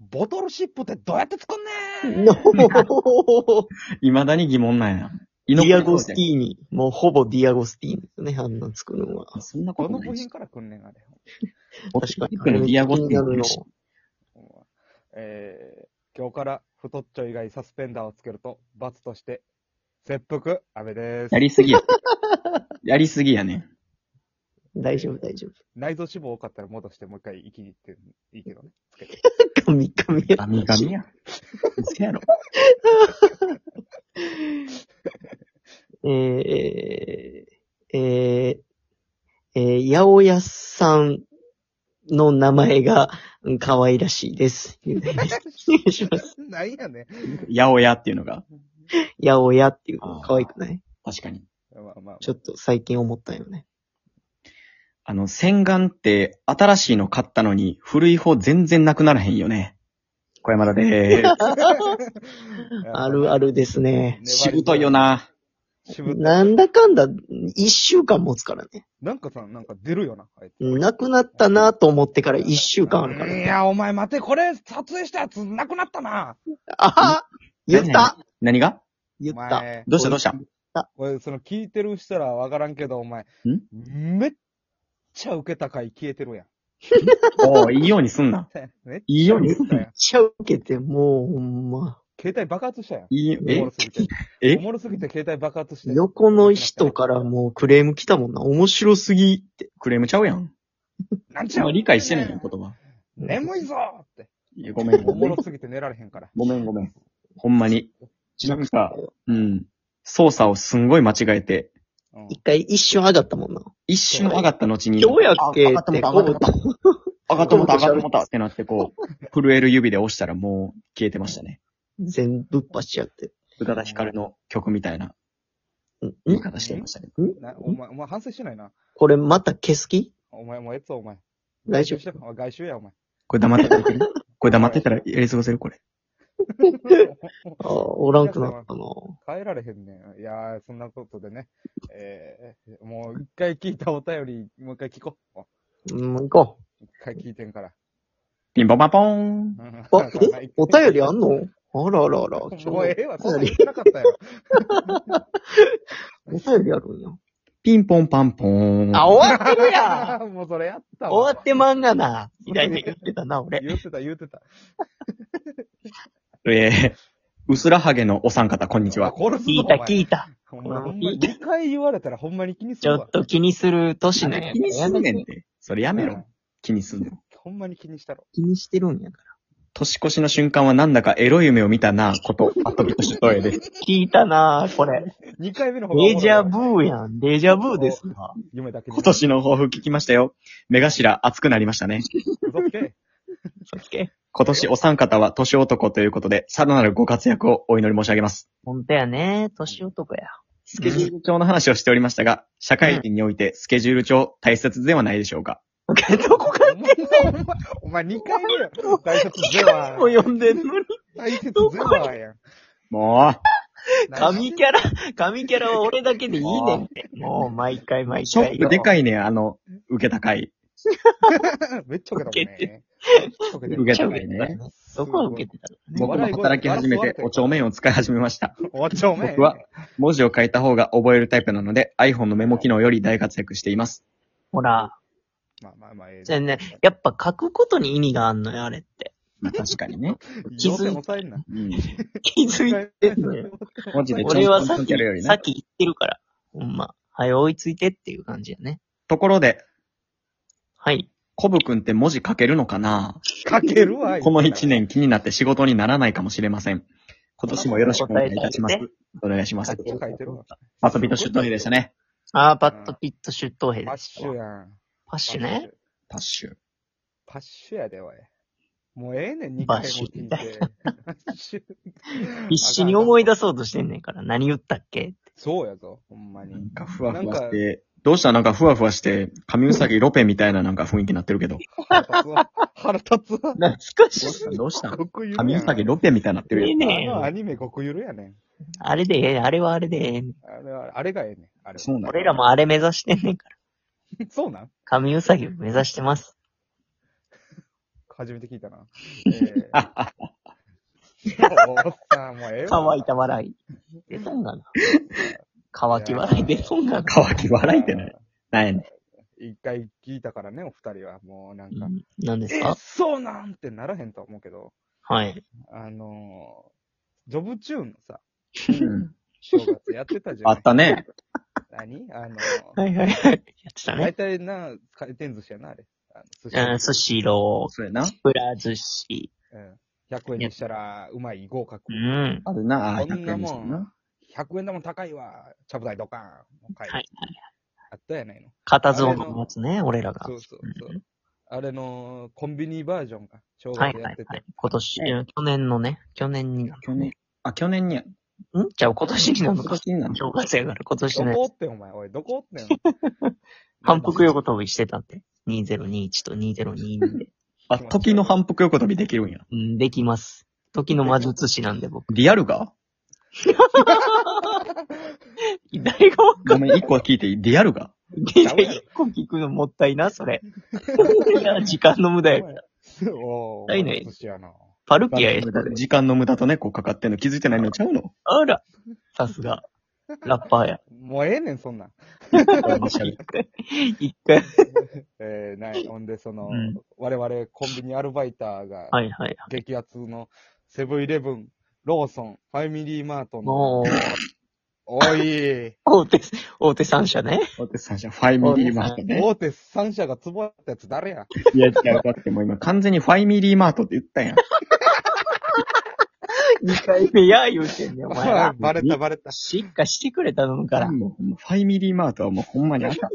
ボトルシップってどうやって作んねんの未だに疑問なんや。 ディアゴスティーニ。もうほぼディアゴスティーニですね、あんなん作るのは。 そんなこどとないし。 の部品から来んねんあれ。 確かに。 僕のディアゴスティーニいるし。 今日から太っちょ以外サスペンダーをつけると、罰として、切腹、安倍です。 やりすぎや。やりすぎやね。 大丈夫、大丈夫。 内臓脂肪多かったら戻してもう一回生きに行っていいけどね。つけて。 ガミガミや。 ガミガミや。嘘やろ。 八百屋さんの名前が可愛らしいです。お願いします。 なんやねん。 八百屋っていうのが。 八百屋っていうの可愛くない？ 確かに。 まあまあ、 ちょっと最近思ったよね。 洗顔って新しいの買ったのに古い方全然なくならへんよね。小山田でーあるあるですね。 す。しぶといよ。な。 しぶとい。 なんだかんだ一週間持つからね。 なんかさ、なんか出るよな、あいつ。 なくなったなと思ってから一週間あるから。 いや、お前待て、これ撮影したやつなくなったな。 あは言った何が言った。 お前、 どうしたどうした俺、その聞いてる人らわからんけど、お前、めっちゃ受けた回消えてるやん。 おー、いいようにすんな。 めっいいようにすんな。 めっちゃ受けて、もうほんま。 携帯爆発したやん。 いいよ、 おもろすぎて。 えおもろすぎて携帯爆発して。 横の人からもうクレーム来たもんな。面白すぎって。 クレームちゃうやん。 なんちゃう理解してないやん、言葉。 眠いぞーって。 いやごめん、ごおめん。 もろすぎて寝られへんから。 ごめん、ごめん。ほんまに。なんか、操作をすんごい間違えて、 うん一回一瞬上がったもんな。 一瞬上がった後に、 どうやっけ上がってもた、上がってもた。上がってもた、上がってもたってなってこう、震える指で押したらもう消えてましたね。 全部ぶっぱしちゃって。 宇多田ヒカルの曲みたいな言い方してましたね。 お前反省しないな。 これまた消す気お前もうえっと、お前。 大丈夫して。外周や、お前。 これ黙ってたらいけるこれ黙ってたらやり過ごせるこれ。 おらんくなったな。 帰られへんねん。いやー、そんなことでね。もう一回聞いたお便り、もう一回聞こう。 行こ一回聞いてんから。 ピンポンパンポーン。 う。お便りあんのあらあらあら。 もうええわ、そんな言ってなかったよ。 お便りあるんや。 ピンポンパンポーン。 あ、終わってるやんもうそれやったわ。 終わってまんがな。みたいに言ってたな、俺。 言ってた。 うすらはげのお三方、こんにちは。 殺すぞ聞いた聞いた。 ほんま2回言われたらほんまに気にするわ。 ちょっと気にする年ね。 気にすんねんって。それやめろ。気にすんの。 ほんまに気にしたろ。 気にしてるんやか年越しの瞬間はなんだかエロい夢を見たな、こと、あとびとしとえです。 ら。聞いたなこれ。 2回目の方がおもろいわ。 デジャブーやん。デジャブーですな。 夢だけに。 今年の抱負聞きましたよ。目頭熱くなりましたね。 嘘つけ。 そっけ。 今年お三方は年男ということで、さらなるご活躍をお祈り申し上げます。 ほんとやね。年男や。 スケジュール帳の話をしておりましたが、社会人においてスケジュール帳大切ではないでしょうか。 どこかお前2回目よ。大切ゼワも読んでんのに。 大切ゼワやん。 も神キャラは俺だけでいいねんって。もう毎回毎う、ショ回。 ップでかいね、受けた回。 めっちゃ受けたもんね。 受けた回ね。 そこは受けてたからね。 僕も働き始めてお帳面を使い始めました。 おちょめ。 僕は文字を書いた方が覚えるタイプなので iPhone のメモ機能より大活躍しています。 ほら。 まあ、 じゃあね、やっぱ書くことに意味があんのよ、あれって。 まあ確かにね。 気づい抑えんな。 うん。 気づいてんのよ。 文字で俺はさっきやるよりね。 言ってるから。ほんま。はい、追いついてっていう感じやね。 ところで、 はい。 コブくんって文字書けるのかな？ かけるわ。 この1年気になって仕事にならないかもしれません。今年もよろしくお願いいたします。 答えてお願いします。 書ける書いてるわ。 パトビとシュットヘでしたね。 あー、パッドピット出頭兵パッです。 シュやん。 パッシュね。 パッシュ。 パッシュやで、おい。もうええねん、2回も聞いて。パッシュ。 必死に思い出そうとしてんねんから。何言ったっけそうやぞ、ほんまに。 なんかふわふわして、どうしたなんかふわふわして、神うさぎロペみたいななんか雰囲気になってるけど。 腹立つわ。 懐かしい。 どうした極ゆるやん。 神うさぎロペみたいになってるよ。 ええねん。 アニメ極ゆるやねん。 あれでええ、あれはあれでええねん。 あれがええねん。あれ。 そうなんだ俺らもあれ目指してんねんから。 そうなん神うさぎを目指してます。 初めて聞いたな。 あ、 おっさん、もうええわ。 乾いた笑い。出とんがな。乾き笑い出とんがな。 乾き笑いってね。なんやねん。 一回聞いたからね、お二人は。もうなんか、 何ですか？ そうなんってならへんと思うけど、 はい。 ジョブチューンのさ、 うん。 正月やってたじゃん。 あったね。 何はいはいはい。やってた大ね。 体な、回転寿司やな、あれ。 スシロー、 そうやな。 くら寿司。 うん。100円にしたら、うまい、合格。 うん。 あるな。あ、 こんなも 100円にん、100円でも高いわ。ちゃぶ台ドカーン。もう帰るはい。 あったやないの。 片ゾーンのやつね、俺らが。 そうそうそう。あれの、コンビニバージョンが、正はい月やってて。 はいはい。今年、去年のね、去年に。 去年。あ、去年にや。 じゃあ今年になるの今か。 年になる正月やから今年ねどこ。おってん、お前。おい、どこおってん。 反復横跳びしてたって。2021と2022で。 あ、時の反復横跳びできるんや。 うん、できます。時の魔術師なんで僕。 リアルが誰がわかごめん、一個聞いていいリアルがいや、一個聞くのもったいな、それ。いや、時間の無駄や。 おないない寿司やな。 パルキアやったで。 時間の無駄とね、こうかかってんの気づいてないのちゃうのあら。さすが。ラッパーや。 もうええねん、そんなん。 一回。 ない。ほんで、 うん我々コンビニアルバイターが、 はいはい。 激アツのセブンイレブン、ローソン、ファミリーマートの、 もう、 おい、 大手3社ね。 大手3社、ファイミリーマートね。 大手3社がつぼやったやつ誰や。 いや、違う、だってもう今完全にファイミリーマートって言ったやん。 2回目や言うてんねん、お前ら。 バレたバレた。 しっかしてくれたのから。 もうほんまファイミリーマートはもうほんまにあかん。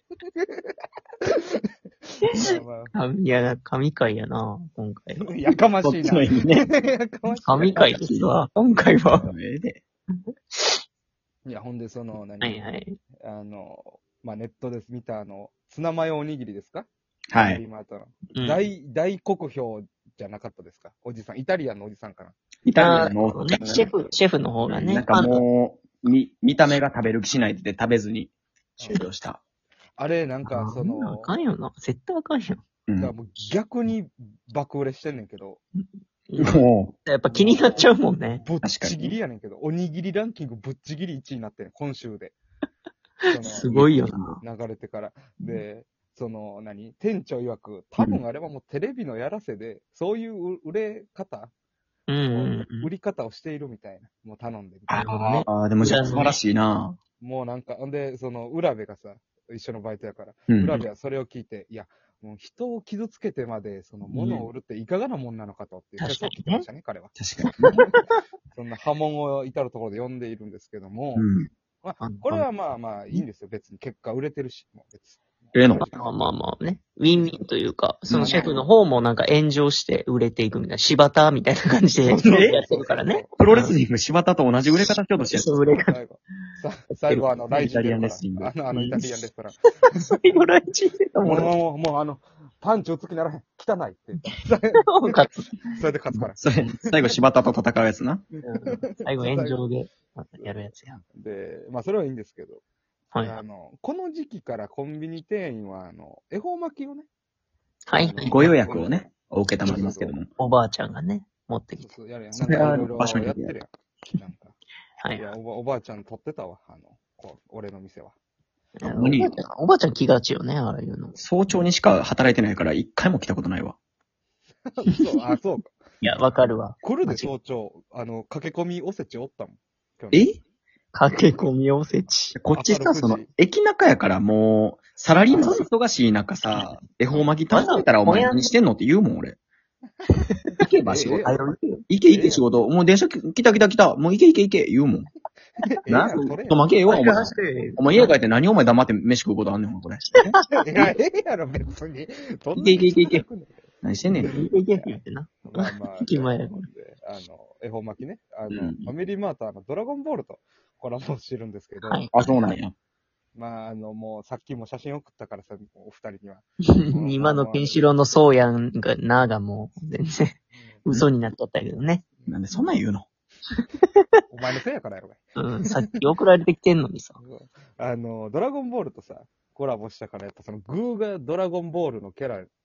いや、神回やな、今回は。 やかまそっしいな。 ちの意味ね。 やかましいな。 神回ですわ、今回は。 ええで。 いや、ほんで、何はいはい。 ネットで見たツナマヨおにぎりですかはい。 ファミリーマートの。 うん大酷評じゃなかったですかおじさん。イタリアンのおじさんかな。 イタリアンのおっちゃんね、シェフの方がね。 なんかもう、見た目が食べる気しないって食べずに終了した。 あれ、なんか、 あんなんあかんよな。絶対あかんよ。 うん。 もう逆に爆売れしてんねんけど、 もやっぱ気になっちゃうもんね。 ぶっちぎりやねんけど、おにぎりランキングぶっちぎり1位になってん、今週で。 すごいよな。 流れてから。で、店長曰く、多分あれはもうテレビのやらせで、そういう売れ方、 うんうんうん。 売り方をしているみたいな。もう頼んでみたないるほどね。 ああ、でもじゃあ素晴らしいな。 もうなんか、ほんで、浦部がさ、一緒のバイトやから、 うん。 浦部はそれを聞いて、いや、もう人を傷つけてまで、物を売るっていかがなもんなのかとっていう、 確かにねそう聞いてましたね、彼は。 確かに。 そんな波紋を至るところで呼んでいるんですけども、 うん。 まあ、これはまあまあいいんですよ、別に。結果売れてるし、もう別に。 ええのまあまあまあね。ウィンウィンというか、そのシェフの方もなんか炎上して売れていくみたいな、柴田みたいな感じでやってるからね。 プロレスリング柴田と同じ売れ方しようとしてる。 そう売れ方。 最後ライジンイタリアンレスリングイタリアンレストラン。 最後ライチ出たもんね。 もうパンチ打つ気ならへん。汚いって。 勝つ。 それで勝つから。 それ、最後柴田と戦うやつな。 最後炎上でやるやつや。 で、まあそれはいいんですけど、 はい。 この時期からコンビニ店員は、恵方巻きをね、 はい。 ご予約をね、お受けたまりますけども。 おばあちゃんがね、持ってきて。 そうやるやん。 それはなんかいろい場所にろやってるやん。なんか。 はいい。 や、おばあちゃん撮ってたわ、俺の店は。 何おばあちゃん気がちよね、ああいうの。 早朝にしか働いてないから一回も来たことないわ。 そうか。 いや、わかるわ。 来るで、早朝。駆け込みおせちおったもん。 え駆け込みおせち。 こっちさ、 朝6時駅中やからもう、サラリーマン忙しい中さ、恵方巻き頼んでたらお前何してんのって言うもん、俺。行けば仕事。行け仕事。もう電車来た。もう行け言うもん。な、 それと負けええわ、お前。 いお前家帰って何お前黙って飯食うことあんねん、これ。 や、ええやろ、別に。 いけ。何してんねん。 いけって言ってな。 まあまあ。 気前やで恵方巻きね。 うんファミリーマートはドラゴンボールとコラボしてるんですけど、 はい。 あ、そうなんや。 まあ、もうさっきも写真送ったからさ、お二人には。 今のケンシロウのそうやんがもう、全然、嘘になっちゃったけどね。 なんでそんなん言うの？ お前のせいやからやろがい。 うん、さっき送られてきてんのにさ。 ドラゴンボールとさ、コラボしたから、やっぱグーがドラゴンボールのキャラ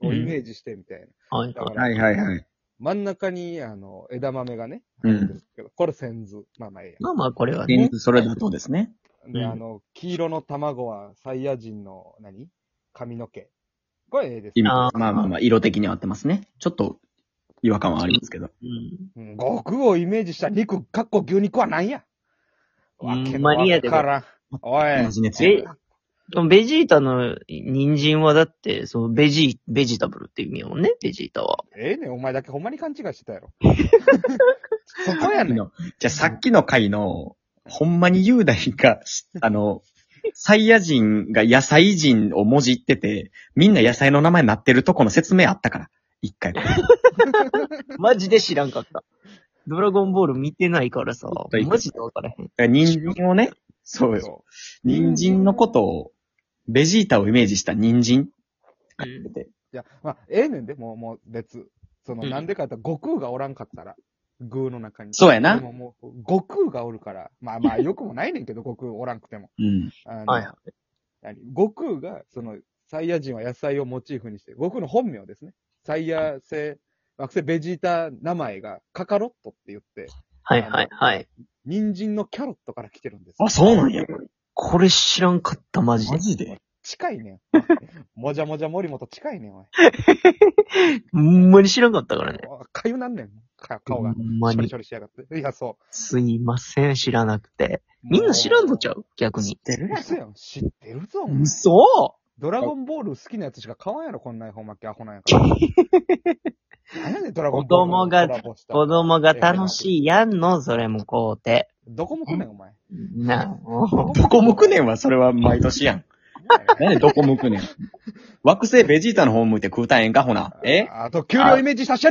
をイメージしてみたいな。 はいはい。 だからはいはいはい。 真ん中に、枝豆がね、 うんあるんですけど、これ千頭。まあまあええや。 まあまあ、これはね。 それだとですね。 で、 うん黄色の卵はサイヤ人の髪の毛。これええです意味あーまあまあまあ、色的には合ってますね。ちょっと違和感はありますけど。 うん。 悟空をイメージした肉、かっこ牛肉は何やわけのわからん。おい。 同じ熱量。 ベジータの人参はだって、ベジタブルっていう意味やもんね、ベジータは。 ええねん、お前だけほんまに勘違いしてたやろ。そこやねん。 じゃあさっきの回の、ほんまに雄大が、サイヤ人が野菜人をもじってて、みんな野菜の名前になってるとこの説明あったから。一回。 マジで知らんかった。ドラゴンボール見てないからさ、 対マジでわからへん。 人参をね、そうよ。 そ人参のことを、ベジータをイメージした人参。 う。いや、まあ、ええねんで、もう別。 うんなんでかって悟空がおらんかったら、グーの中に。 そうやなでももう、悟空がおるから、まあまあ、よくもないねんけど、悟空おらんくても。 うん。 はいは悟空が、サイヤ人は野菜をモチーフにして、悟空の本名ですね。サイヤ星、惑星ベジータ名前がカカロットって言って、 はいはいはい。 人参のキャロットから来てるんです。 あ、そうなんや。 これ知らんかった、マジでマ。ジで近いねん。もじゃもじゃ森本近いねん、おい。 ほんまに知らんかったからね。 かゆなんねん。顔が。 ほんまに処理処。理しやがって。いや、そすいません、知らなくて。 う。 みんな知らんのちゃう逆に。 てる嘘やん。知ってるぞ、お前。 嘘ドラゴンボール好きなやつしか買わんやろ、こんな絵本巻きアホなんやから。何やねん、ドラゴンボール。 子供が楽しいやんの、それもこうて。 どこ向くねん、お前。 なあ、もうどこ向くねんは、それは毎年やん。なんでどこ向くねん。惑星ベジータの方向いて食うたんええんか、ほな。 あと、給料イメージさせて